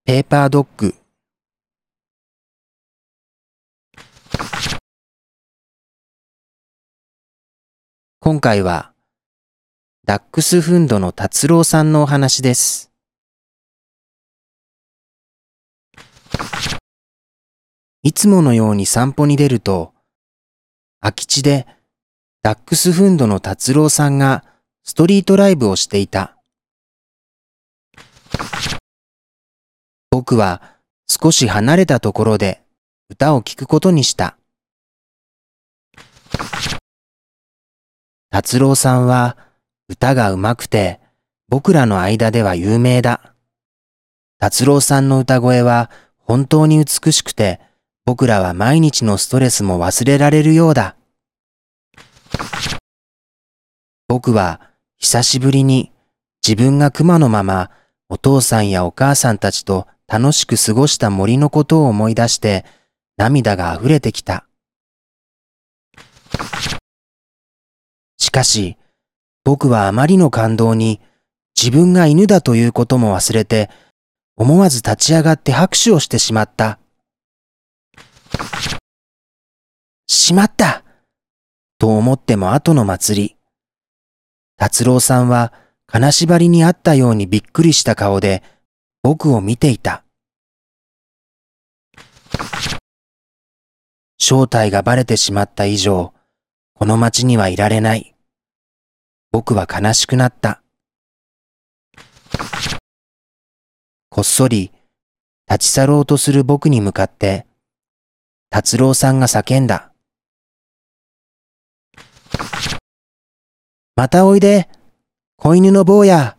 ペーパードッグ。今回はダックスフンドの達郎さんのお話です。いつものように散歩に出ると、空き地でダックスフンドの達郎さんがストリートライブをしていた。僕は少し離れたところで歌を聴くことにした。達郎さんは歌がうまくて僕らの間では有名だ。達郎さんの歌声は本当に美しくて、僕らは毎日のストレスも忘れられるようだ。僕は久しぶりに自分が熊のままお父さんやお母さんたちと楽しく過ごした森のことを思い出して涙が溢れてきた。しかし僕はあまりの感動に自分が犬だということも忘れて思わず立ち上がって拍手をしてしまった。しまったと思っても後の祭り。達郎さんは金縛りにあったようにびっくりした顔で僕を見ていた。正体がバレてしまった以上、この町にはいられない。僕は悲しくなった。こっそり立ち去ろうとする僕に向かって、達郎さんが叫んだ。またおいで、子犬の坊や。